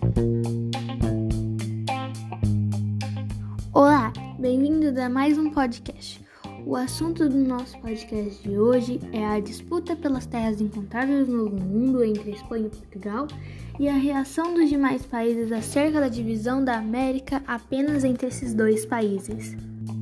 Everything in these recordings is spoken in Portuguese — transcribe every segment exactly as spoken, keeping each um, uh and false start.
Olá, bem-vindos a mais um podcast. O assunto do nosso podcast de hoje é a disputa pelas terras encontradas no Novo Mundo entre Espanha e Portugal e a reação dos demais países acerca da divisão da América apenas entre esses dois países.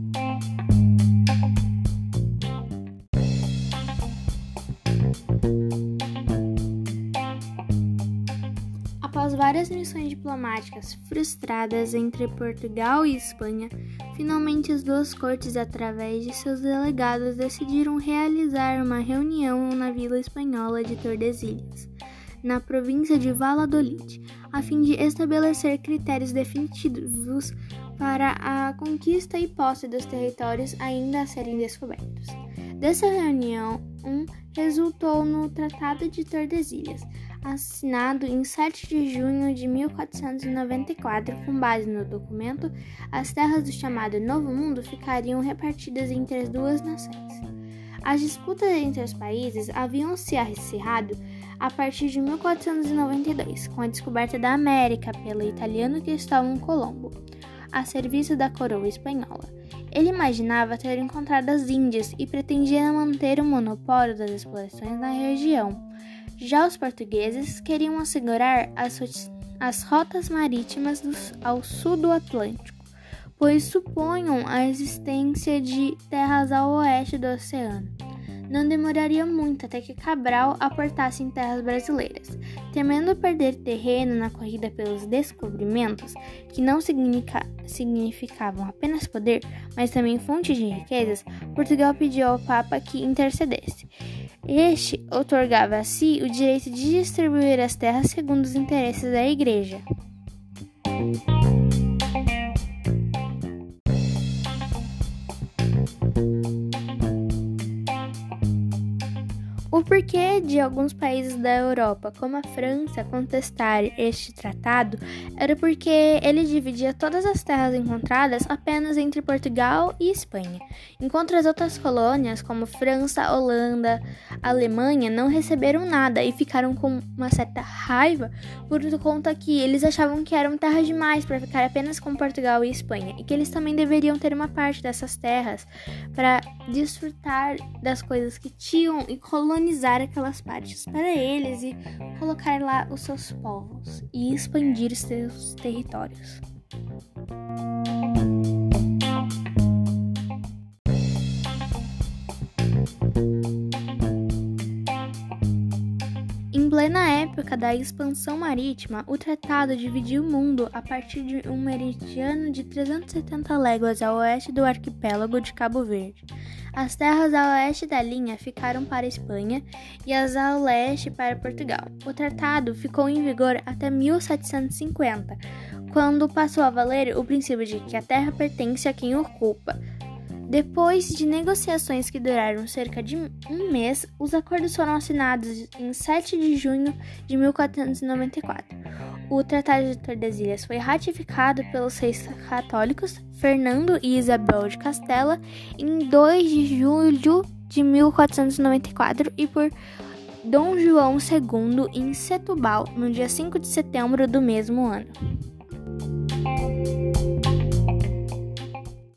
Após várias missões diplomáticas frustradas entre Portugal e Espanha, finalmente as duas cortes, através de seus delegados, decidiram realizar uma reunião na vila espanhola de Tordesilhas, na província de Valladolid, a fim de estabelecer critérios definitivos para a conquista e posse dos territórios ainda a serem descobertos. Dessa reunião, um resultou no Tratado de Tordesilhas, assinado em sete de junho de mil quatrocentos e noventa e quatro. Com base no documento, as terras do chamado Novo Mundo ficariam repartidas entre as duas nações. As disputas entre os países haviam se acirrado a partir de mil quatrocentos e noventa e dois, com a descoberta da América pelo italiano Cristóvão Colombo, a serviço da coroa espanhola. Ele imaginava ter encontrado as Índias e pretendia manter o monopólio das explorações na região. Já os portugueses queriam assegurar as, as rotas marítimas do, ao sul do Atlântico, pois supunham a existência de terras ao oeste do oceano. Não demoraria muito até que Cabral aportasse em terras brasileiras. Temendo perder terreno na corrida pelos descobrimentos, que não significa, significavam apenas poder, mas também fonte de riquezas, Portugal pediu ao Papa que intercedesse. Este outorgava a si o direito de distribuir as terras segundo os interesses da Igreja. O porquê de alguns países da Europa, como a França, contestar este tratado era porque ele dividia todas as terras encontradas apenas entre Portugal e Espanha, enquanto as outras colônias, como França, Holanda, Alemanha, não receberam nada e ficaram com uma certa raiva por conta que eles achavam que eram terras demais para ficar apenas com Portugal e Espanha e que eles também deveriam ter uma parte dessas terras para desfrutar das coisas que tinham e colonizar aquelas partes para eles e colocar lá os seus povos e expandir os seus territórios. Em plena época da expansão marítima, o tratado dividiu o mundo a partir de um meridiano de trezentas e setenta léguas a oeste do arquipélago de Cabo Verde. As terras a oeste da linha ficaram para a Espanha e as a leste para Portugal. O tratado ficou em vigor até mil setecentos e cinquenta, quando passou a valer o princípio de que a terra pertence a quem ocupa. Depois de negociações que duraram cerca de um mês, os acordos foram assinados em sete de junho de mil quatrocentos e noventa e quatro. O Tratado de Tordesilhas foi ratificado pelos reis católicos Fernando e Isabel de Castela em dois de julho de mil quatrocentos e noventa e quatro e por Dom João segundo em Setúbal no dia cinco de setembro do mesmo ano.